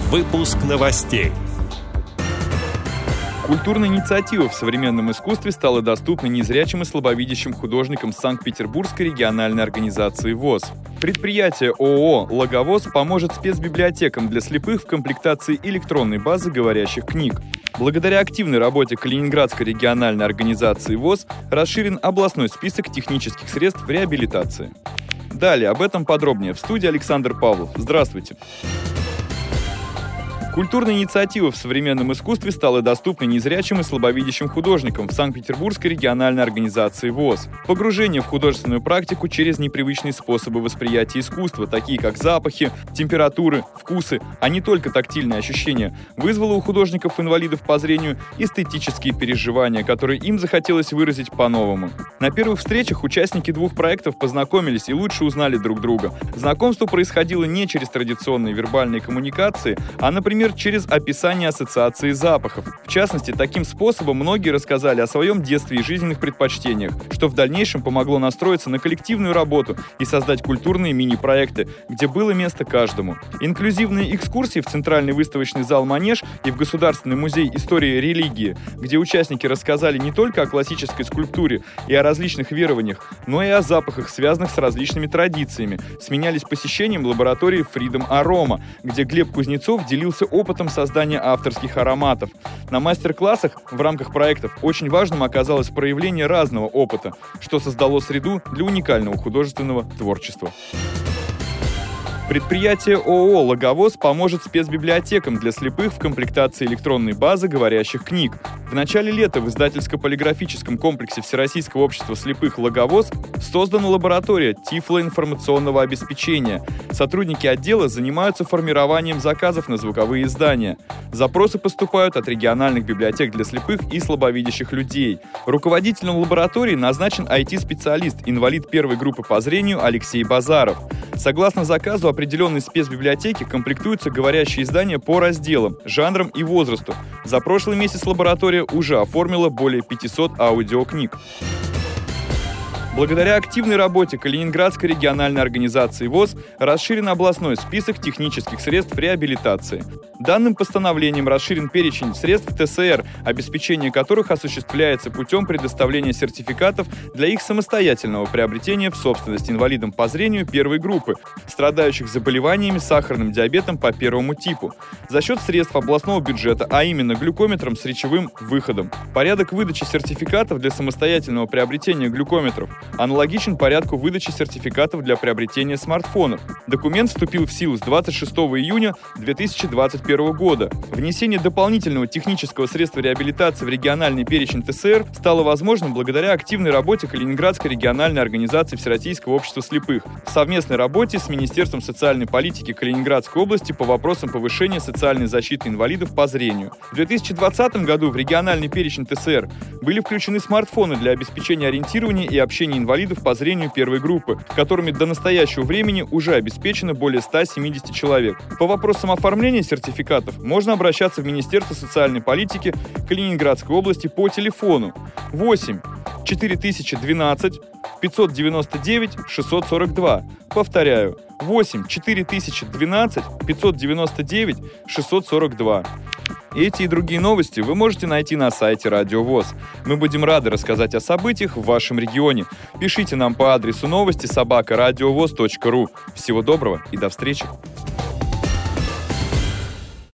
Выпуск новостей. Культурная инициатива в современном искусстве стала доступна незрячим и слабовидящим художникам Санкт-Петербургской региональной организации ВОС. Предприятие ООО «Логовоз» поможет спецбиблиотекам для слепых в комплектации электронной базы говорящих книг. Благодаря активной работе Калининградской региональной организации ВОС расширен областной список технических средств реабилитации. Далее об этом подробнее в студии Александр Павлов. Здравствуйте! Культурная инициатива в современном искусстве стала доступна незрячим и слабовидящим художникам в Санкт-Петербургской региональной организации ВОС. Погружение в художественную практику через непривычные способы восприятия искусства, такие как запахи, температуры, вкусы, а не только тактильные ощущения, вызвало у художников-инвалидов по зрению эстетические переживания, которые им захотелось выразить по-новому. На первых встречах участники двух проектов познакомились и лучше узнали друг друга. Знакомство происходило не через традиционные вербальные коммуникации, а, например, через описание ассоциации запахов. В частности, таким способом многие рассказали о своем детстве и жизненных предпочтениях, что в дальнейшем помогло настроиться на коллективную работу и создать культурные мини-проекты, где было место каждому. Инклюзивные экскурсии в Центральный выставочный зал «Манеж» и в Государственный музей истории религии, где участники рассказали не только о классической скульптуре и о различных верованиях, но и о запахах, связанных с различными традициями, сменялись посещением лаборатории Freedom Aroma, где Глеб Кузнецов делился опытом создания авторских ароматов. На мастер-классах в рамках проектов очень важным оказалось проявление разного опыта, что создало среду для уникального художественного творчества. Предприятие ООО «Логовоз» поможет спецбиблиотекам для слепых в комплектации электронной базы говорящих книг. В начале лета в издательско-полиграфическом комплексе Всероссийского общества слепых «Логовоз» создана лаборатория тифлоинформационного обеспечения. Сотрудники отдела занимаются формированием заказов на звуковые издания. Запросы поступают от региональных библиотек для слепых и слабовидящих людей. Руководителем лаборатории назначен IT-специалист, инвалид первой группы по зрению Алексей Базаров. Согласно заказу, определенной спецбиблиотеки комплектуются говорящие издания по разделам, жанрам и возрасту. За прошлый месяц лаборатория уже оформила более 500 аудиокниг. Благодаря активной работе Калининградской региональной организации ВОС расширен областной список технических средств реабилитации. Данным постановлением расширен перечень средств ТСР, обеспечение которых осуществляется путем предоставления сертификатов для их самостоятельного приобретения в собственность инвалидам по зрению первой группы, страдающих заболеваниями сахарным диабетом по первому типу, за счет средств областного бюджета, а именно глюкометром с речевым выходом. Порядок выдачи сертификатов для самостоятельного приобретения глюкометров аналогичен порядку выдачи сертификатов для приобретения смартфонов. Документ вступил в силу с 26 июня 2021 года. Внесение дополнительного технического средства реабилитации в региональный перечень ТСР стало возможным благодаря активной работе Калининградской региональной организации Всероссийского общества слепых в совместной работе с Министерством социальной политики Калининградской области по вопросам повышения социальной защиты инвалидов по зрению. В 2020 году в региональный перечень ТСР были включены смартфоны для обеспечения ориентирования и общения инвалидов по зрению первой группы, которыми до настоящего времени уже обеспечено более 170 человек. По вопросам оформления сертификатов можно обращаться в Министерство социальной политики Калининградской области по телефону 8 4012 599 642. Повторяю, 8 4012 599 642. Эти и другие новости вы можете найти на сайте Радио ВОС. Мы будем рады рассказать о событиях в вашем регионе. Пишите нам по адресу новости @радиовос.ру. Всего доброго и до встречи!